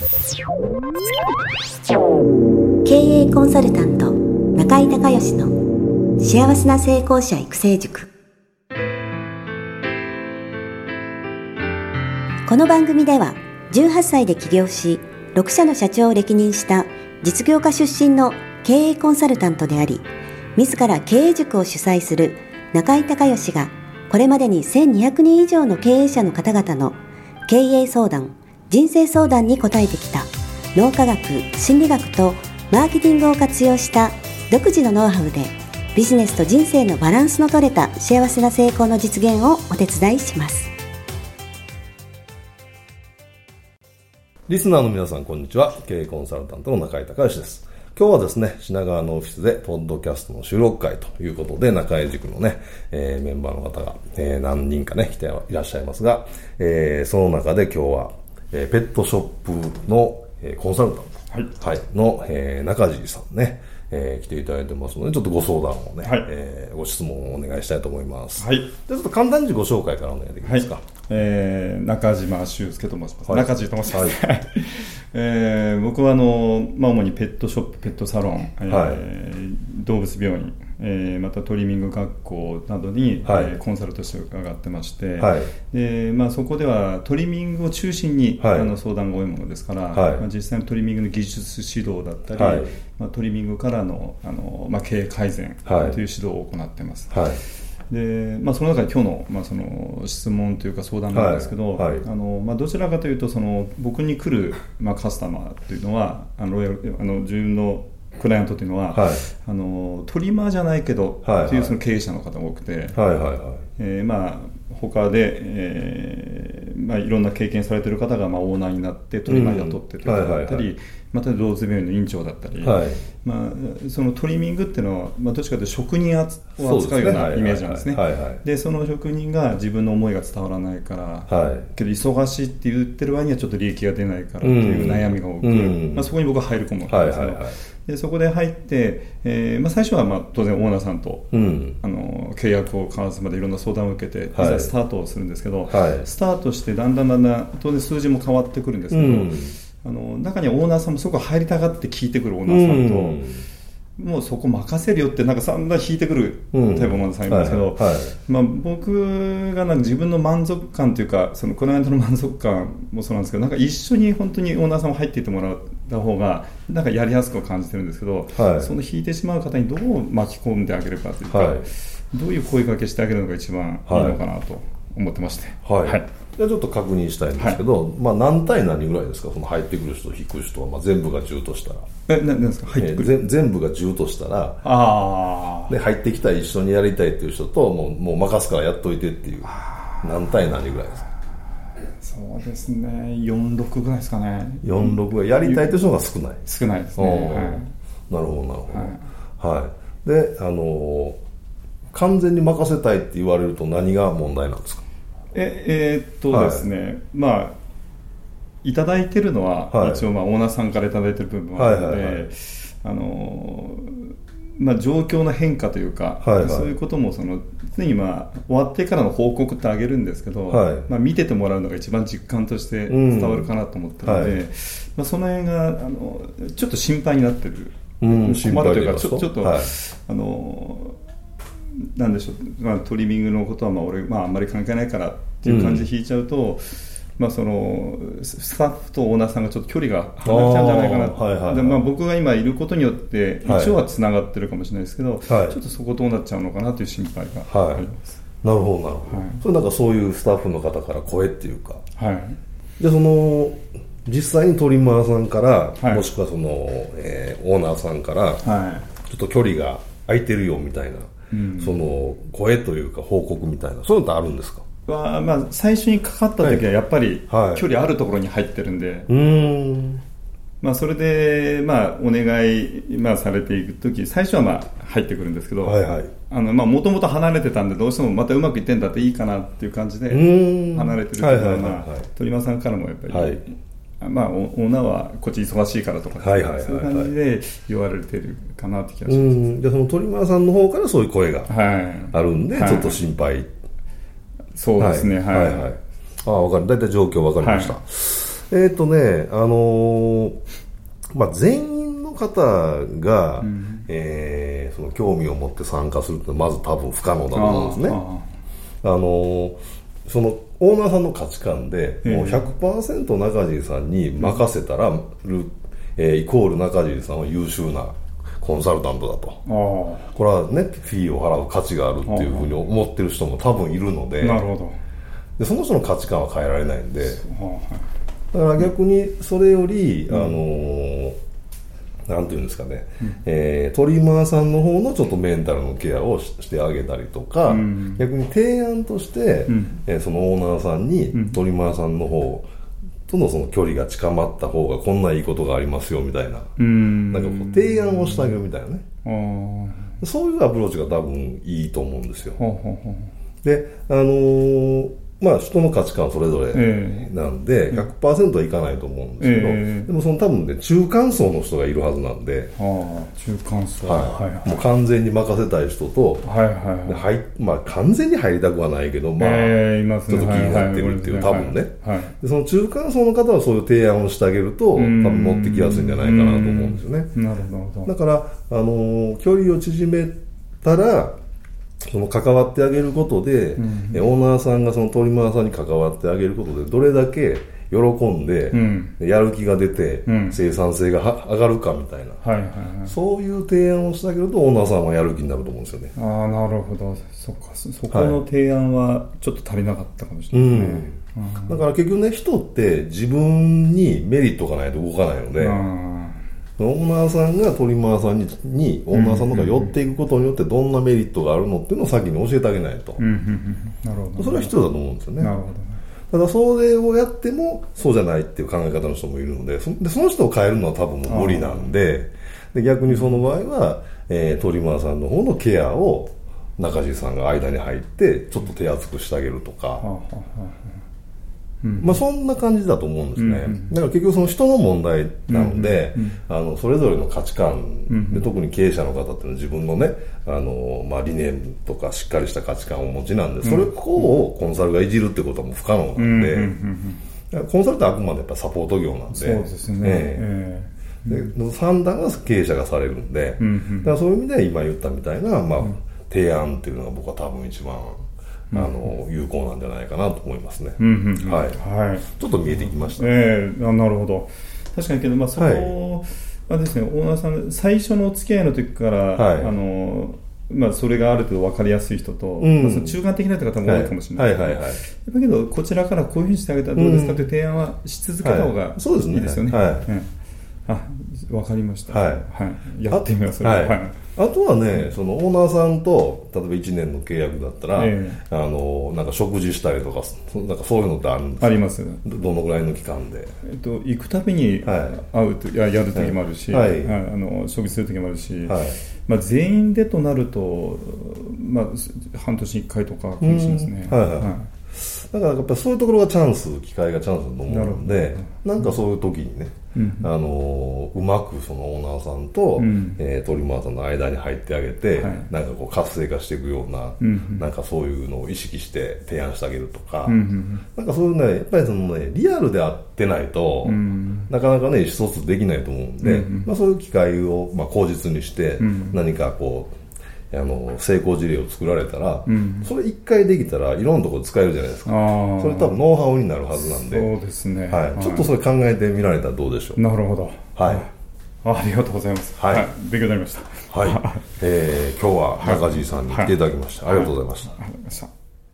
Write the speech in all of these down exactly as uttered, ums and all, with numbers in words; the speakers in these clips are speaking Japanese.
経営コンサルタント中井孝義の幸せな成功者育成塾。この番組ではじゅうはっさいで起業しろくしゃの社長を歴任した実業家出身の経営コンサルタントであり、自ら経営塾を主催する中井孝義がこれまでにせんにひゃくにん以上の経営者の方々の経営相談、人生相談に応えてきた脳科学、心理学とマーケティングを活用した独自のノウハウでビジネスと人生のバランスの取れた幸せな成功の実現をお手伝いします。 リスナーの皆さん、こんにちは。経営コンサルタントの中井孝義です。今日はですね、品川のオフィスでポッドキャストの収録会ということで、中井塾のね、えー、メンバーの方が、えー、何人かね来ていらっしゃいますが、えー、その中で今日は、えー、ペットショップの、えー、コンサルタント、はいはい、の、えー、中地さんね、えー、来ていただいてますので、ちょっとご相談をね、はい、えー、ご質問をお願いしたいと思います。はい。じゃあちょっと簡単にご紹介からお願いできますか。はい、 えー、中島修介と申します。はい、中地と申します。はい、えー、僕はあの、まあ、主にペットショップ、ペットサロン、えーはい、動物病院、えー、またトリミング学校などに、はい、えー、コンサルとして伺ってまして、はい、でまあ、そこではトリミングを中心に、はい、あの相談が多いものですから、はい、まあ、実際のトリミングの技術指導だったり、はい、まあ、トリミングからの、あの、まあ、経営改善という指導を行っています。はいはい、でまあ、その中で今日の、まあ、その質問というか相談なんですけど、はいはい、あのまあ、どちらかというとその僕に来る、まあ、カスタマーというのはあのロイヤルあの自分のクライアントというのは、はい、あのトリマーじゃないけど、はいはい、というその経営者の方が多くて、はいはいはい、えーまあ、他で、えーまあ、いろんな経験されている方が、まあ、オーナーになってトリマー雇ってという方だったり、うん、はいはいはい、また動物病院の院長だったり、はい、まあ、そのトリミングっていうのは、まあ、どっちかというと職人を扱うようなイメージなんですね。でその職人が自分の思いが伝わらないから、はい、けど忙しいって言ってる割にはちょっと利益が出ないからっていう悩みが多く、うん、まあ、そこに僕は入り込むわけですけど、はいはいはい、でそこで入って、えーまあ、最初はまあ当然オーナーさんと、うん、あの契約を交わすまでいろんな相談を受けて、はい、いざスタートをするんですけど、はい、スタートしてだんだんだんだん当然数字も変わってくるんですけど、うん、あの中にはオーナーさんもそこ入りたがって聞いてくるオーナーさんと、うん、もうそこ任せるよってなんかだんだん引いてくるタイプのオーナーさんいるんですけど、うん、はいはい、まあ、僕がなんか自分の満足感というかそのクライアントの満足感もそうなんですけど、なんか一緒に本当にオーナーさんも入っていってもらった方がなんかやりやすく感じてるんですけど、はい、その引いてしまう方にどう巻き込んであげるかというか、はい、どういう声掛けしてあげるのが一番いいのかなと思ってまして、はいはい、 じゃあちょっと確認したいんですけど、はい、まあ、何対何ぐらいですか、その入ってくる人と引く人は、まあ、全部がじゅうとしたら、 え、な、なんですか、入ってくる、 えー、全部がじゅうとしたら、あで入ってきたい、一緒にやりたいっていう人ともう、もう任すからやっといてっていう、何対何ぐらいですか。 そうですね、よんろくぐらいですかね。 よんろくがやりたいという人が少ない。 少ないですね。はい、 なるほどなるほど。はい。はい、で、あのー、完全に任せたいって言われると何が問題なんですか。 ええー、っとですね、はい、まあいただいてるのは、はい、一応まあオーナーさんからいただいてる部分はあるので、はいはいはい、あのまあ、状況の変化というか、はいはい、そういうこともその常にまあ終わってからの報告ってあげるんですけど、はい、まあ、見ててもらうのが一番実感として伝わるかなと思ったので、うん、はい、まあ、その辺があのちょっと心配になってる、うん、困るというかちょ、ちょっと、はい、あのなんでしょう、まあ、トリミングのことはまあ俺、まあ、あんまり関係ないからっていう感じで引いちゃうと、うん、まあ、そのスタッフとオーナーさんがちょっと距離が離れちゃうんじゃないかな、はいはいはい、でまあ、僕が今いることによって一応はつながってるかもしれないですけど、はい、ちょっとそこどうなっちゃうのかなという心配があります。 はい、なるほどなるほど、はい、それなんかそういうスタッフの方から声っていうか、はい、でその実際にトリマーさんから、はい、もしくはその、えー、オーナーさんから、はい、ちょっと距離が空いてるよみたいな、うん、その声というか報告みたいな、そういうのってあるんですか。 は、まあ、最初にかかった時はやっぱり距離あるところに入ってるんで、はい、うーん、まあ、それで、まあ、お願い、まあ、されていく時最初はまあ入ってくるんですけど、はいはい、あのまあ、もともと離れてたんでどうしてもまたうまくいってんだっていいかなっていう感じで離れてるけど、はいはいはいはい、鳥間さんからもやっぱり、はい、まあ、オーナーはこっち忙しいからとか、はいはいはいはい、そういう感じで言われてるかなって気がします。うん、 でその鳥間さんの方からそういう声があるんで、はい、ちょっと心配、はい、 そうですね、はい、はいはいはい、 ああ、分かる、大体状況分かりました。はえっとね、あのーまあ、全員の方が、うんえー、その興味を持って参加するってまず多分不可能だと思うんですね。ああのー、そのオーナーさんの価値観で、もう ひゃくパーセント 中尻さんに任せたら、うんえー、イコール中尻さんは優秀なコンサルタントだと。あこれはね、フィーを払う価値があるっていうふうに思ってる人も多分いるので、なるほど。でその人の価値観は変えられないんで、だから逆にそれより、うん、あのー、なんていうんですかね、うんえー、トリマーさんの方のちょっとメンタルのケアを し, してあげたりとか、うん、逆に提案として、うんえー、そのオーナーさんに、うん、トリマーさんの方とのその距離が近まった方がこんないいことがありますよみたいな、うん、なんかこう提案をしてあげるみたいなね、うん、そういうアプローチが多分いいと思うんですよ。で、あのーまあ、人の価値観はそれぞれなんで、えー、ひゃくパーセント はいかないと思うんですけど、えー、でもその多分ね、中間層の人がいるはずなんで、 あ中間層、 はいはいはい、もう完全に任せたい人と、はいはいはいはいまあ、完全に入りたくはないけど、まあえーいますね、ちょっと気になってるっていう、はいはい、多分ね、はいはい、でその中間層の方はそういう提案をしてあげると、多分乗ってきやすいんじゃないかなと思うんですよね。なるほど。だから、あのー、距離を縮めたら、その関わってあげることで、うん、オーナーさんがそのトリマーさんに関わってあげることでどれだけ喜んで、うん、やる気が出て、うん、生産性が上がるかみたいな、はいはいはい、そういう提案をしてあげるとオーナーさんはやる気になると思うんですよね。 ああ、なるほど。そっか、そこの提案はちょっと足りなかったかもしれないですね、うん、 だから結局ね、人って自分にメリットがないと動かないので、オーナーさんがトリマーさん に, にオーナーさんの方が寄っていくことによってどんなメリットがあるのっていうのを先に教えてあげないと、うんうんうん、なるほど。それは必要だと思うんですよね。なるほど。ただそれをやってもそうじゃないっていう考え方の人もいるので、 そ, でその人を変えるのは多分無理なんで、で逆にその場合は、えー、トリマーさんの方のケアを中地さんが間に入ってちょっと手厚くしてあげるとか、はあはあうん、まあそんな感じだと思うんですね、うんうん、だから結局その人の問題なので、うんうん、あのそれぞれの価値観で、うんうん、特に経営者の方っていうのは自分のね、あの、まあ、理念とかしっかりした価値観をお持ちなんで、それをコンサルがいじるってことはもう不可能なんで、うんうんうんうん、コンサルってあくまでやっぱサポート業なんで、そうですね、えーえー、で算段は経営者がされるんで、うんうん、だからそういう意味で今言ったみたいな、まあ、提案っていうのが僕は多分一番あの有効なんじゃないかなと思いますね、うんうんうんはいはい、ちょっと見えてきました、 えー、あなるほど。確かにけど、まあ、そこ、はいまあですね、オーナーさん最初のお付き合いの時から、はいあのまあ、それがある程度分かりやすい人と、うんまあ、その中間的な方も多いかもしれないですけど、はいはいはいはい、だけどこちらからこういうふうにしてあげたらどうですかという提案はし続けた方がいいですよね。あ、分かりました、はいはい、やってみます。 はいはい、あとはね、そのオーナーさんと例えばいちねんの契約だったら、えー、あのなんか食事したりとか、なんかそういうのってあるんですか？ あります。 ど, どのぐらいの期間で、 えっと、行くたびに会うと、はい、や, やる時もあるし、はいはい、あの食事する時もあるし、はいまあ、全員でとなると、まあ、半年いっかいとかかもしれないですね。はいはいはい、 だからやっぱそういうところがチャンス、機会がチャンスだと思うので、なんかそういう時にね、うん、あのうまくそのオーナーさんと、うんえー、トリマーさんの間に入ってあげて、はい、なんかこう活性化していくような、うん、なんかそういうのを意識して提案してあげるとか、うん、なんかそういうね、やっぱりそのね、リアルで会ってないと、うん、なかなかね、意思疎通できないと思うんで、うんまあ、そういう機会を、まあ、口実にして、うん、何かこう、あの成功事例を作られたら、うん、それ一回できたらいろんなところで使えるじゃないですか。それ多分ノウハウになるはずなんで、 そうですね、 はいはい、ちょっとそれ考えてみられたらどうでしょう。 なるほど、 はい、 あ, ありがとうございます、はいはい、勉強になりました。 はいえー、今日は中地さんに来ていただきました、はい、ありがとうございました。はいはい、ありがとうございました。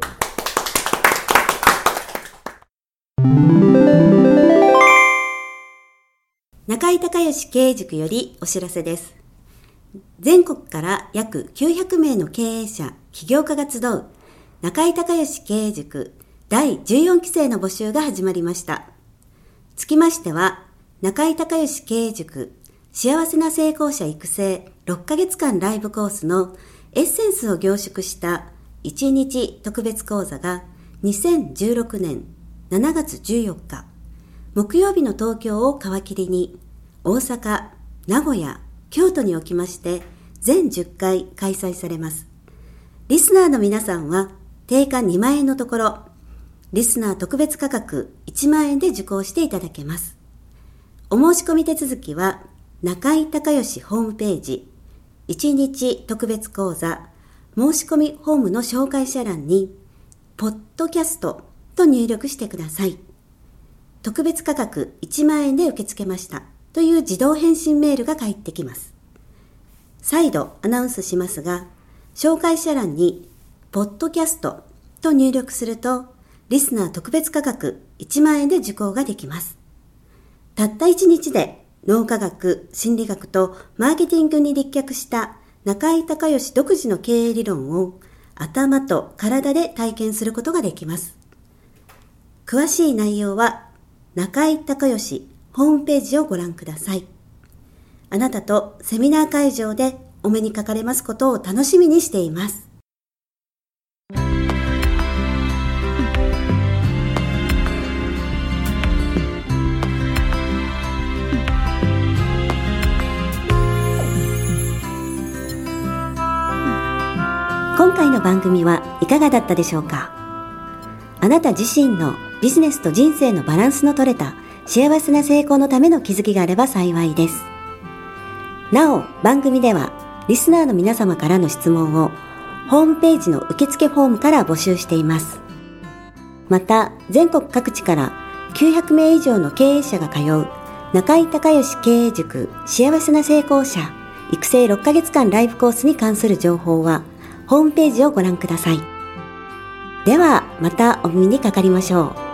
中井隆義経営塾よりお知らせです。全国から約きゅうひゃくめいの経営者、起業家が集う中井隆義経営塾だいじゅうよんきせいの募集が始まりました。つきましては、中井隆義経営塾幸せな成功者育成ろっかげつかんライブコースのエッセンスを凝縮したいちにち特別講座がにせんじゅうろくねんしちがつじゅうよっか、木曜日の東京を皮切りに大阪、名古屋、京都におきまして全じゅっかい開催されます。リスナーの皆さんは定価にまんえんのところ、リスナー特別価格いちまんえんで受講していただけます。お申し込み手続きは中井隆義ホームページいちにち特別講座申し込みフォームの紹介者欄にポッドキャストと入力してください。特別価格いちまんえんで受け付けましたという自動返信メールが返ってきます。再度アナウンスしますが、紹介者欄にポッドキャストと入力するとリスナー特別価格いちまんえんで受講ができます。たったいちにちで脳科学、心理学とマーケティングに立脚した中井隆義独自の経営理論を頭と体で体験することができます。詳しい内容は中井隆義ホームページをご覧ください。あなたとセミナー会場でお目にかかれますことを楽しみにしています。今回の番組はいかがだったでしょうか。あなた自身のビジネスと人生のバランスの取れた幸せな成功のための気づきがあれば幸いです。なお、番組ではリスナーの皆様からの質問をホームページの受付フォームから募集しています。また、全国各地からきゅうひゃくめい以上の経営者が通う中井隆義経営塾幸せな成功者育成ろっかげつかんライブコースに関する情報はホームページをご覧ください。ではまたお耳にかかりましょう。